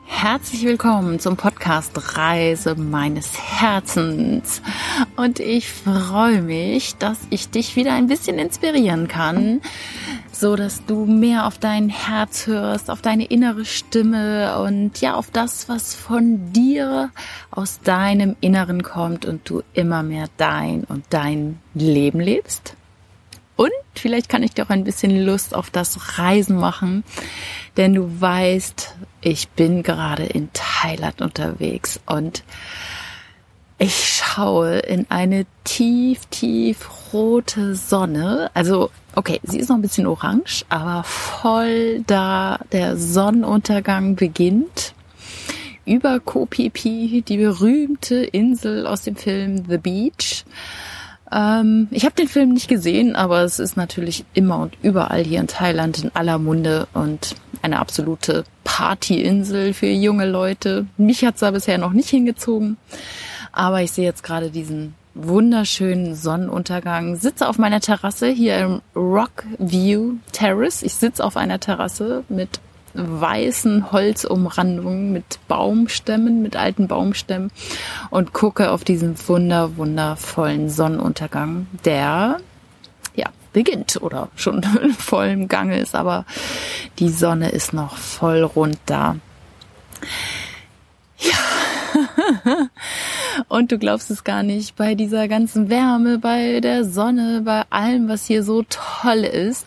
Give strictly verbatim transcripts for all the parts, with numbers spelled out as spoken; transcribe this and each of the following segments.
Herzlich willkommen zum Podcast Reise meines Herzens. Und ich freue mich, dass ich dich wieder ein bisschen inspirieren kann, so dass du mehr auf dein Herz hörst, auf deine innere Stimme und ja, auf das, was von dir aus deinem Inneren kommt und du immer mehr dein und dein Leben lebst. Und vielleicht kann ich dir auch ein bisschen Lust auf das Reisen machen, denn du weißt, ich bin gerade in Thailand unterwegs und ich schaue in eine tief, tief rote Sonne. Also, okay, sie ist noch ein bisschen orange, aber voll da der Sonnenuntergang beginnt. Über Koh Phi Phi, die berühmte Insel aus dem Film The Beach. Ähm, ich habe den Film nicht gesehen, aber es ist natürlich immer und überall hier in Thailand in aller Munde und eine absolute Partyinsel für junge Leute. Mich hat's da bisher noch nicht hingezogen, aber ich sehe jetzt gerade diesen wunderschönen Sonnenuntergang. Sitze auf meiner Terrasse hier im Rock View Terrace. Ich sitze auf einer Terrasse mit weißen Holzumrandungen, mit Baumstämmen, mit alten Baumstämmen und gucke auf diesen wunder, wundervollen Sonnenuntergang, der ja beginnt oder schon in vollem Gange ist, aber die Sonne ist noch voll rund da. Ja, und du glaubst es gar nicht, bei dieser ganzen Wärme, bei der Sonne, bei allem, was hier so toll ist,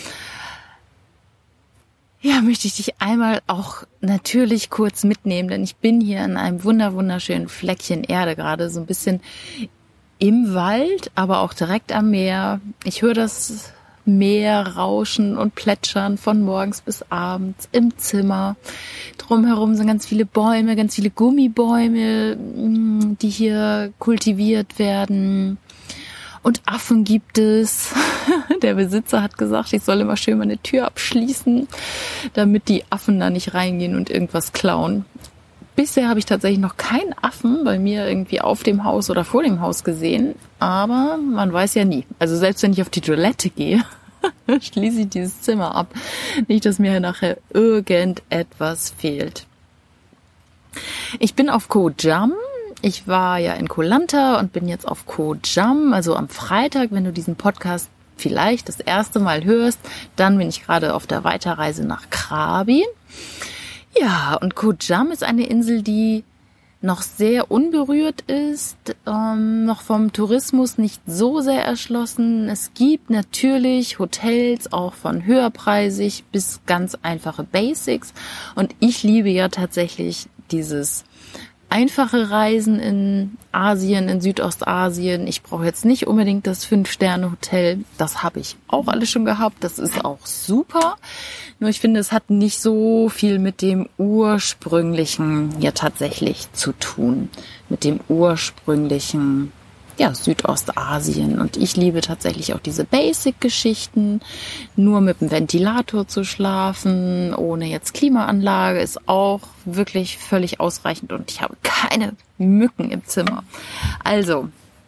ja, möchte ich dich einmal auch natürlich kurz mitnehmen, denn ich bin hier an einem wunder wunderschönen Fleckchen Erde gerade, so ein bisschen im Wald, aber auch direkt am Meer. Ich höre das Meer rauschen und plätschern von morgens bis abends im Zimmer. Drumherum sind ganz viele Bäume, ganz viele Gummibäume, die hier kultiviert werden. Und Affen gibt es. Der Besitzer hat gesagt, ich soll immer schön meine Tür abschließen, damit die Affen da nicht reingehen und irgendwas klauen. Bisher habe ich tatsächlich noch keinen Affen bei mir irgendwie auf dem Haus oder vor dem Haus gesehen, aber man weiß ja nie. Also selbst wenn ich auf die Toilette gehe, schließe ich dieses Zimmer ab. Nicht, dass mir nachher irgendetwas fehlt. Ich bin auf Koh Cham. Ich war ja in Koh Lanta und bin jetzt auf Koh Cham, also am Freitag, wenn du diesen Podcast vielleicht das erste Mal hörst, dann bin ich gerade auf der Weiterreise nach Krabi. Ja, und Koh Cham ist eine Insel, die noch sehr unberührt ist, ähm, noch vom Tourismus nicht so sehr erschlossen. Es gibt natürlich Hotels, auch von höherpreisig bis ganz einfache Basics. Und ich liebe ja tatsächlich dieses einfache Reisen in Asien, in Südostasien. Ich brauche jetzt nicht unbedingt das Fünf-Sterne-Hotel. Das habe ich auch alles schon gehabt. Das ist auch super. Nur ich finde, es hat nicht so viel mit dem Ursprünglichen ja tatsächlich zu tun. Mit dem ursprünglichen ja, Südostasien. Und ich liebe tatsächlich auch diese Basic-Geschichten. Nur mit dem Ventilator zu schlafen, ohne jetzt Klimaanlage, ist auch wirklich völlig ausreichend. Und ich habe keine Mücken im Zimmer. Also,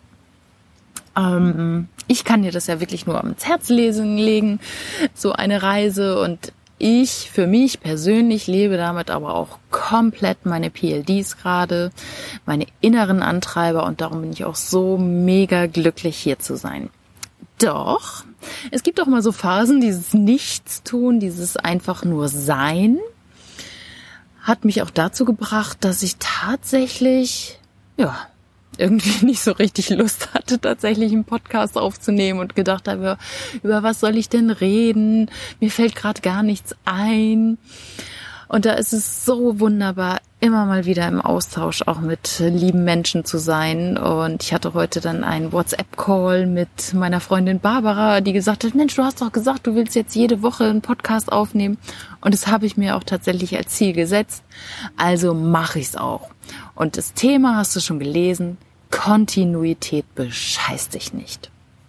ähm, ich kann dir das ja wirklich nur ans Herz lesen, legen, so eine Reise. Und ich, für mich persönlich, lebe damit aber auch komplett meine P L Ds gerade, meine inneren Antreiber, und darum bin ich auch so mega glücklich, hier zu sein. Doch, es gibt auch mal so Phasen, dieses Nichtstun, dieses einfach nur Sein, hat mich auch dazu gebracht, dass ich tatsächlich, ja, irgendwie nicht so richtig Lust hatte, tatsächlich einen Podcast aufzunehmen und gedacht habe, über was soll ich denn reden? Mir fällt gerade gar nichts ein. Und da ist es so wunderbar, immer mal wieder im Austausch auch mit lieben Menschen zu sein. Und ich hatte heute dann einen WhatsApp-Call mit meiner Freundin Barbara, die gesagt hat, Mensch, du hast doch gesagt, du willst jetzt jede Woche einen Podcast aufnehmen. Und das habe ich mir auch tatsächlich als Ziel gesetzt. Also mache ich es auch. Und das Thema hast du schon gelesen. Kontinuität bescheißt dich nicht.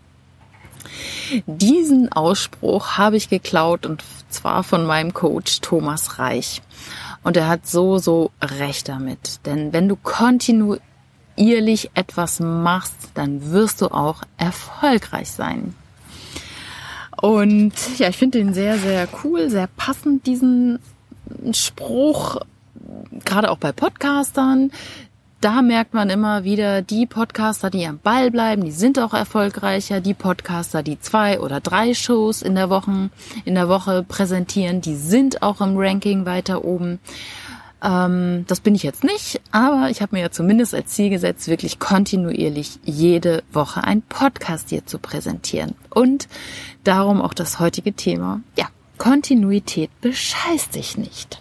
Diesen Ausspruch habe ich geklaut, und zwar von meinem Coach Thomas Reich. Und er hat so, so recht damit. Denn wenn du kontinuierlich etwas machst, dann wirst du auch erfolgreich sein. Und ja, ich finde den sehr, sehr cool, sehr passend, diesen Spruch. gerade auch bei Podcastern, da merkt man immer wieder, die Podcaster, die am Ball bleiben, die sind auch erfolgreicher. Die Podcaster, die zwei oder drei Shows in der Woche, in der Woche präsentieren, die sind auch im Ranking weiter oben. Ähm, das bin ich jetzt nicht, aber ich habe mir ja zumindest als Ziel gesetzt, wirklich kontinuierlich jede Woche einen Podcast hier zu präsentieren. Und darum auch das heutige Thema. Ja, Kontinuität bescheißt dich nicht.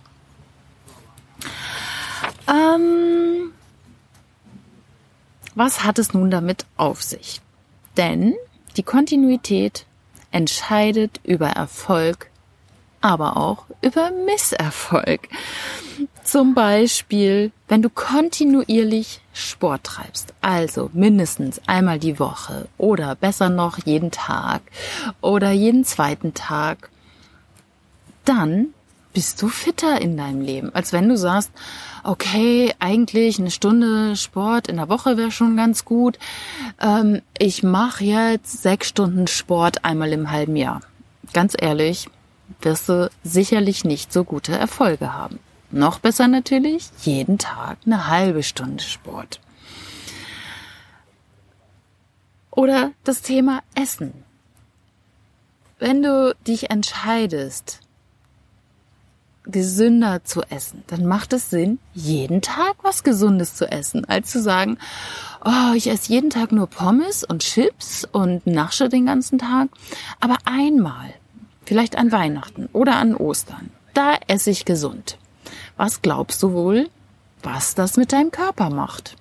Ähm... Was hat es nun damit auf sich? Denn die Kontinuität entscheidet über Erfolg, aber auch über Misserfolg. Zum Beispiel, wenn du kontinuierlich Sport treibst, also mindestens einmal die Woche oder besser noch jeden Tag oder jeden zweiten Tag, dann bist du fitter in deinem Leben, als wenn du sagst, okay, eigentlich eine Stunde Sport in der Woche wäre schon ganz gut. Ähm, ich mache jetzt sechs Stunden Sport einmal im halben Jahr. Ganz ehrlich, wirst du sicherlich nicht so gute Erfolge haben. Noch besser natürlich, jeden Tag eine halbe Stunde Sport. Oder das Thema Essen. Wenn du dich entscheidest, gesünder zu essen, dann macht es Sinn, jeden Tag was Gesundes zu essen, als zu sagen, oh, ich esse jeden Tag nur Pommes und Chips und nasche den ganzen Tag, aber einmal, vielleicht an Weihnachten oder an Ostern, da esse ich gesund. Was glaubst du wohl, was das mit deinem Körper macht?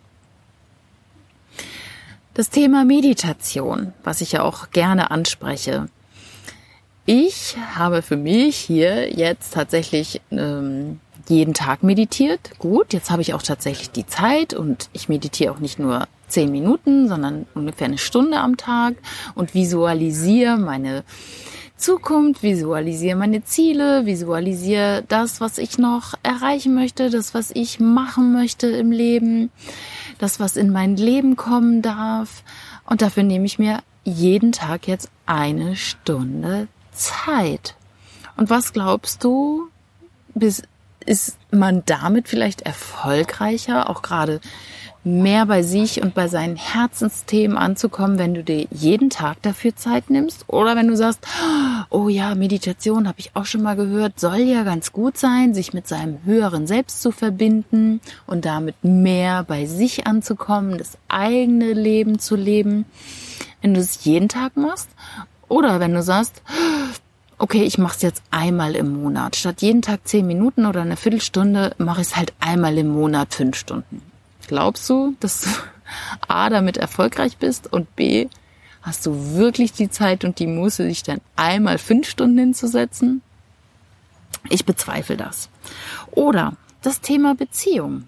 Das Thema Meditation, was ich ja auch gerne anspreche. Ich habe für mich hier jetzt tatsächlich ähm, jeden Tag meditiert. Gut, jetzt habe ich auch tatsächlich die Zeit und ich meditiere auch nicht nur zehn Minuten, sondern ungefähr eine Stunde am Tag und visualisiere meine Zukunft, visualisiere meine Ziele, visualisiere das, was ich noch erreichen möchte, das, was ich machen möchte im Leben, das, was in mein Leben kommen darf. Und dafür nehme ich mir jeden Tag jetzt eine Stunde Zeit. Und was glaubst du, ist man damit vielleicht erfolgreicher, auch gerade mehr bei sich und bei seinen Herzensthemen anzukommen, wenn du dir jeden Tag dafür Zeit nimmst? Oder wenn du sagst, oh ja, Meditation habe ich auch schon mal gehört, soll ja ganz gut sein, sich mit seinem höheren Selbst zu verbinden und damit mehr bei sich anzukommen, das eigene Leben zu leben, wenn du es jeden Tag machst? Oder wenn du sagst, okay, ich mache es jetzt einmal im Monat. Statt jeden Tag zehn Minuten oder eine Viertelstunde mache ich es halt einmal im Monat fünf Stunden. Glaubst du, dass du A, damit erfolgreich bist und B, hast du wirklich die Zeit und die Muße, dich dann einmal fünf Stunden hinzusetzen? Ich bezweifle das. Oder das Thema Beziehung.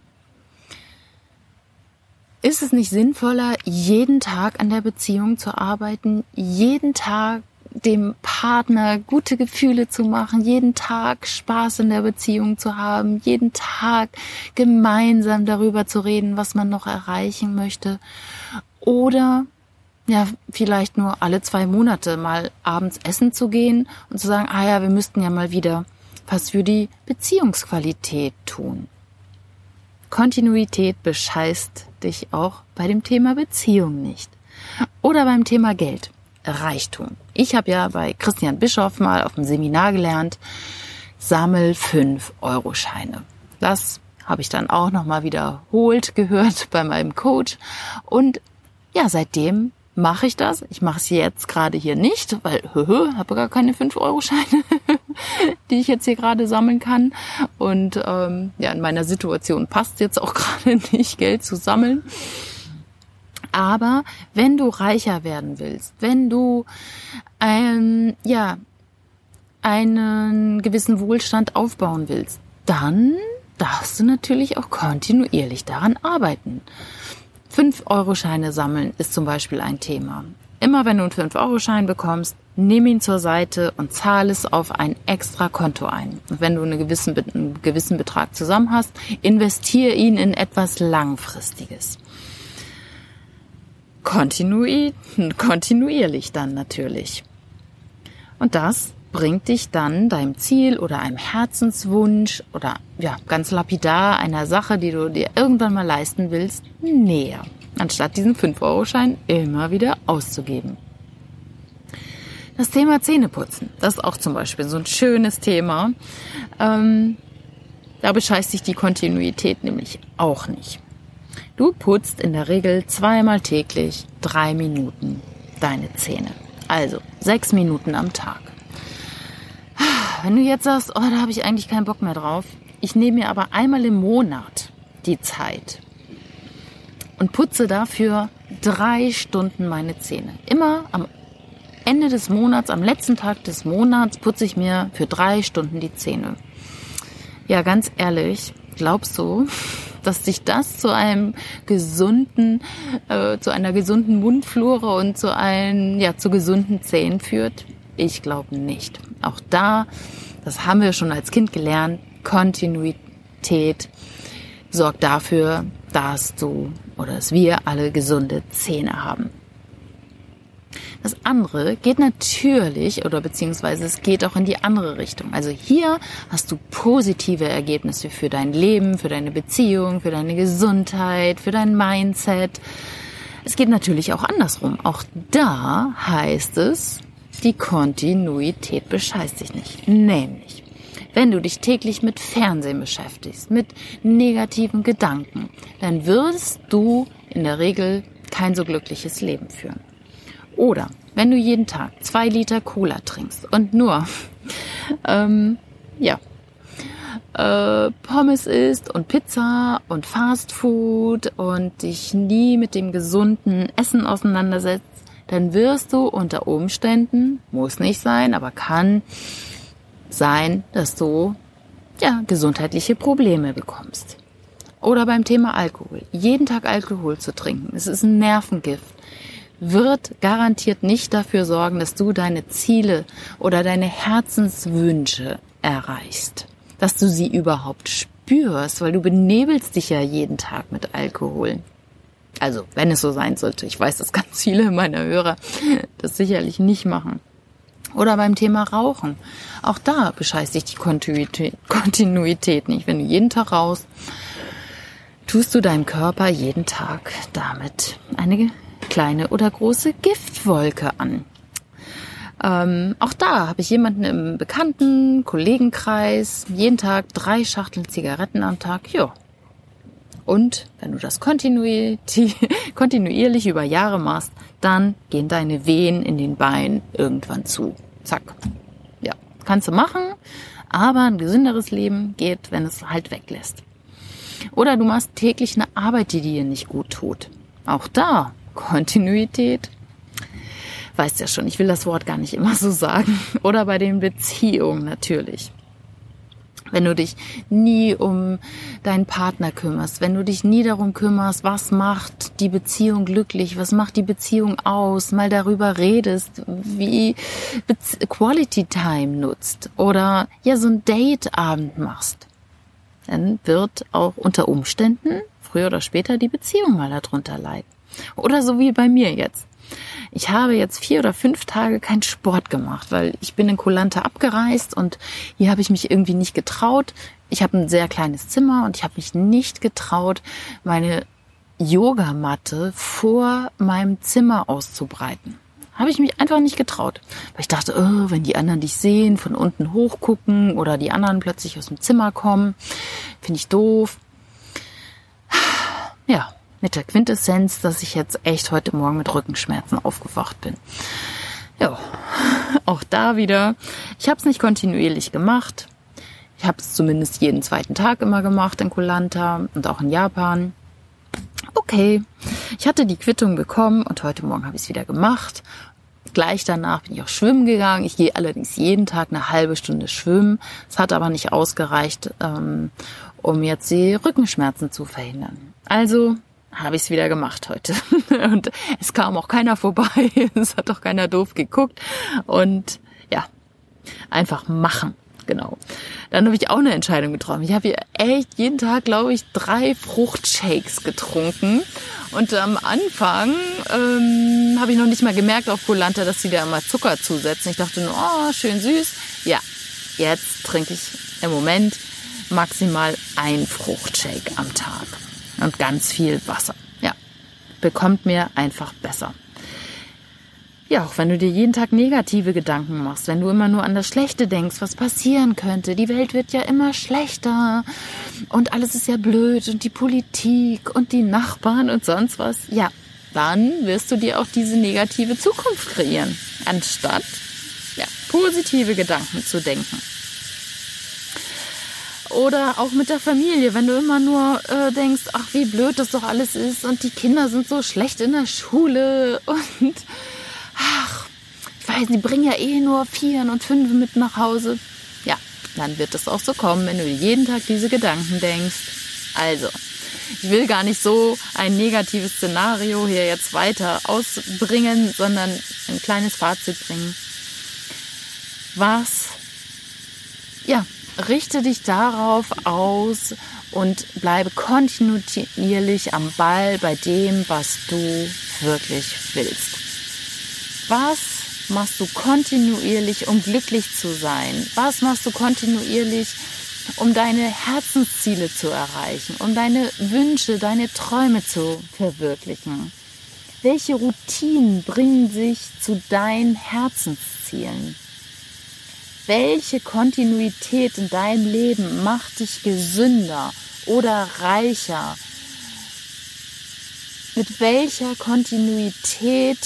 Ist es nicht sinnvoller, jeden Tag an der Beziehung zu arbeiten, jeden Tag dem Partner gute Gefühle zu machen, jeden Tag Spaß in der Beziehung zu haben, jeden Tag gemeinsam darüber zu reden, was man noch erreichen möchte? Oder ja, vielleicht nur alle zwei Monate mal abends essen zu gehen und zu sagen, ah ja, wir müssten ja mal wieder was für die Beziehungsqualität tun. Kontinuität bescheißt dich auch bei dem Thema Beziehung nicht. Oder beim Thema Geld, Reichtum. Ich habe ja bei Christian Bischoff mal auf dem Seminar gelernt, sammel fünf Euro Scheine. Das habe ich dann auch nochmal wiederholt gehört bei meinem Coach. Und ja, seitdem mache ich das. Ich mache es jetzt gerade hier nicht, weil höhö, habe gar keine fünf Euro Scheine, die ich jetzt hier gerade sammeln kann. Und ähm, ja, in meiner Situation passt jetzt auch gerade nicht, Geld zu sammeln. Aber wenn du reicher werden willst, wenn du ein, ja, einen gewissen Wohlstand aufbauen willst, dann darfst du natürlich auch kontinuierlich daran arbeiten. fünf Euro Scheine sammeln ist zum Beispiel ein Thema. Immer wenn du einen fünf Euro Schein bekommst, nimm ihn zur Seite und zahle es auf ein extra Konto ein. Und wenn du einen gewissen, einen gewissen Betrag zusammen hast, investiere ihn in etwas Langfristiges. Kontinuier, kontinuierlich dann natürlich. Und das bringt dich dann deinem Ziel oder einem Herzenswunsch oder ja, ganz lapidar einer Sache, die du dir irgendwann mal leisten willst, näher, anstatt diesen fünf-Euro-Schein immer wieder auszugeben. Das Thema Zähneputzen, das ist auch zum Beispiel so ein schönes Thema. Ähm, da bescheißt sich die Kontinuität nämlich auch nicht. Du putzt in der Regel zweimal täglich drei Minuten deine Zähne. Also sechs Minuten am Tag. Wenn du jetzt sagst, oh, da habe ich eigentlich keinen Bock mehr drauf. Ich nehme mir aber einmal im Monat die Zeit und putze dafür drei Stunden meine Zähne. Immer am Ende des Monats, am letzten Tag des Monats putze ich mir für drei Stunden die Zähne. Ja, ganz ehrlich, glaubst du, dass sich das zu einem gesunden, äh, zu einer gesunden Mundflora und zu einem, ja, zu gesunden Zähnen führt? Ich glaube nicht. Auch da, das haben wir schon als Kind gelernt, Kontinuität sorgt dafür, dass du oder dass wir alle gesunde Zähne haben. Das andere geht natürlich oder beziehungsweise es geht auch in die andere Richtung. Also hier hast du positive Ergebnisse für dein Leben, für deine Beziehung, für deine Gesundheit, für dein Mindset. Es geht natürlich auch andersrum. Auch da heißt es, die Kontinuität bescheißt dich nicht. Nämlich, wenn du dich täglich mit Fernsehen beschäftigst, mit negativen Gedanken, dann wirst du in der Regel kein so glückliches Leben führen. Oder wenn du jeden Tag zwei Liter Cola trinkst und nur ähm, ja, äh, Pommes isst und Pizza und Fast Food und dich nie mit dem gesunden Essen auseinandersetzt, dann wirst du unter Umständen, muss nicht sein, aber kann sein, dass du ja gesundheitliche Probleme bekommst. Oder beim Thema Alkohol. Jeden Tag Alkohol zu trinken, es ist ein Nervengift, wird garantiert nicht dafür sorgen, dass du deine Ziele oder deine Herzenswünsche erreichst. Dass du sie überhaupt spürst, weil du benebelst dich ja jeden Tag mit Alkohol. Also, wenn es so sein sollte. Ich weiß, dass ganz viele meiner Hörer das sicherlich nicht machen. Oder beim Thema Rauchen. Auch da bescheißt dich die Kontinuität, Kontinuität nicht. Wenn du jeden Tag rauchst, tust du deinem Körper jeden Tag damit eine kleine oder große Giftwolke an. Ähm, auch da habe ich jemanden im bekannten Kollegenkreis, jeden Tag drei Schachteln Zigaretten am Tag. Jo. Und wenn du das kontinuierlich, kontinuierlich über Jahre machst, dann gehen deine Wehen in den Beinen irgendwann zu. Zack. Ja, kannst du machen, aber ein gesünderes Leben geht, wenn es halt weglässt. Oder du machst täglich eine Arbeit, die dir nicht gut tut. Auch da Kontinuität. Weißt ja schon, ich will das Wort gar nicht immer so sagen. Oder bei den Beziehungen natürlich. Wenn du dich nie um deinen Partner kümmerst, wenn du dich nie darum kümmerst, was macht die Beziehung glücklich, was macht die Beziehung aus, mal darüber redest, wie Quality Time nutzt oder ja so ein Dateabend machst, dann wird auch unter Umständen früher oder später die Beziehung mal darunter leiden. Oder so wie bei mir jetzt. Ich habe jetzt vier oder fünf Tage keinen Sport gemacht, weil ich bin in Koh Lanta abgereist und hier habe ich mich irgendwie nicht getraut. Ich habe ein sehr kleines Zimmer und ich habe mich nicht getraut, meine Yogamatte vor meinem Zimmer auszubreiten. Habe ich mich einfach nicht getraut. Weil ich dachte, oh, wenn die anderen dich sehen, von unten hochgucken oder die anderen plötzlich aus dem Zimmer kommen, finde ich doof. Ja. Mit der Quintessenz, dass ich jetzt echt heute Morgen mit Rückenschmerzen aufgewacht bin. Ja, auch da wieder. Ich habe es nicht kontinuierlich gemacht. Ich habe es zumindest jeden zweiten Tag immer gemacht in Koh Lanta und auch in Japan. Okay, ich hatte die Quittung bekommen und heute Morgen habe ich es wieder gemacht. Gleich danach bin ich auch schwimmen gegangen. Ich gehe allerdings jeden Tag eine halbe Stunde schwimmen. Es hat aber nicht ausgereicht, ähm, um jetzt die Rückenschmerzen zu verhindern. Also habe ich es wieder gemacht heute. Und es kam auch keiner vorbei. Es hat auch keiner doof geguckt. Und ja, einfach machen. genau. Dann habe ich auch eine Entscheidung getroffen. Ich habe hier echt jeden Tag, glaube ich, drei Fruchtshakes getrunken. Und am Anfang ähm, habe ich noch nicht mal gemerkt auf Polanta, dass sie da immer Zucker zusetzen. Ich dachte nur, oh, schön süß. Ja, jetzt trinke ich im Moment maximal ein Fruchtshake am Tag. Und ganz viel Wasser. Ja, bekommt mir einfach besser. Ja, auch wenn du dir jeden Tag negative Gedanken machst, wenn du immer nur an das Schlechte denkst, was passieren könnte, die Welt wird ja immer schlechter und alles ist ja blöd und die Politik und die Nachbarn und sonst was, ja, dann wirst du dir auch diese negative Zukunft kreieren, anstatt ja, positive Gedanken zu denken. Oder auch mit der Familie, wenn du immer nur äh, denkst, ach, wie blöd das doch alles ist und die Kinder sind so schlecht in der Schule und ach, ich weiß, die bringen ja eh nur Vieren und Fünfen mit nach Hause. Ja, dann wird es auch so kommen, wenn du jeden Tag diese Gedanken denkst. Also, ich will gar nicht so ein negatives Szenario hier jetzt weiter ausbringen, sondern ein kleines Fazit bringen. Was, ja, richte dich darauf aus und bleibe kontinuierlich am Ball bei dem, was du wirklich willst. Was machst du kontinuierlich, um glücklich zu sein? Was machst du kontinuierlich, um deine Herzensziele zu erreichen, um deine Wünsche, deine Träume zu verwirklichen? Welche Routinen bringen sich zu deinen Herzenszielen? Welche Kontinuität in deinem Leben macht dich gesünder oder reicher? Mit welcher Kontinuität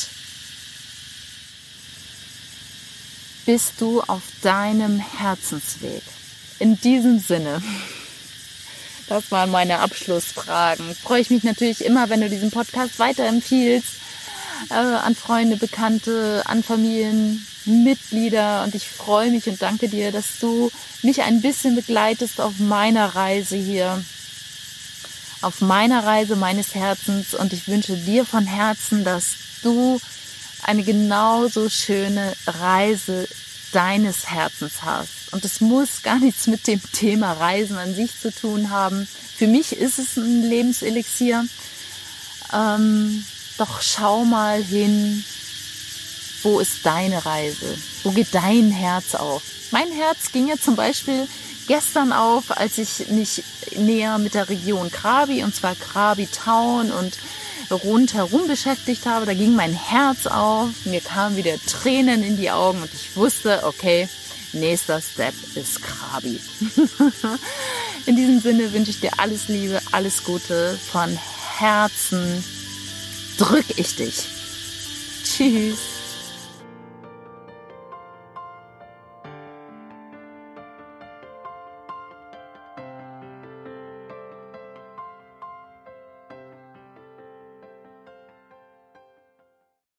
bist du auf deinem Herzensweg? In diesem Sinne, das waren meine Abschlussfragen. Freue ich mich natürlich immer, wenn du diesen Podcast weiterempfiehlst, äh, an Freunde, Bekannte, an Familienmitglieder. Und ich freue mich und danke dir, dass du mich ein bisschen begleitest auf meiner Reise hier, auf meiner Reise meines Herzens. Und ich wünsche dir von Herzen, dass du eine genauso schöne Reise deines Herzens hast. Und es muss gar nichts mit dem Thema Reisen an sich zu tun haben. Für mich ist es ein Lebenselixier. Ähm, doch schau mal hin, wo ist deine Reise? Wo geht dein Herz auf? Mein Herz ging ja zum Beispiel gestern auf, als ich mich näher mit der Region Krabi, und zwar Krabi Town und rundherum beschäftigt habe. Da ging mein Herz auf, mir kamen wieder Tränen in die Augen und ich wusste, okay, nächster Step ist Krabi. In diesem Sinne wünsche ich dir alles Liebe, alles Gute. Von Herzen drück ich dich. Tschüss.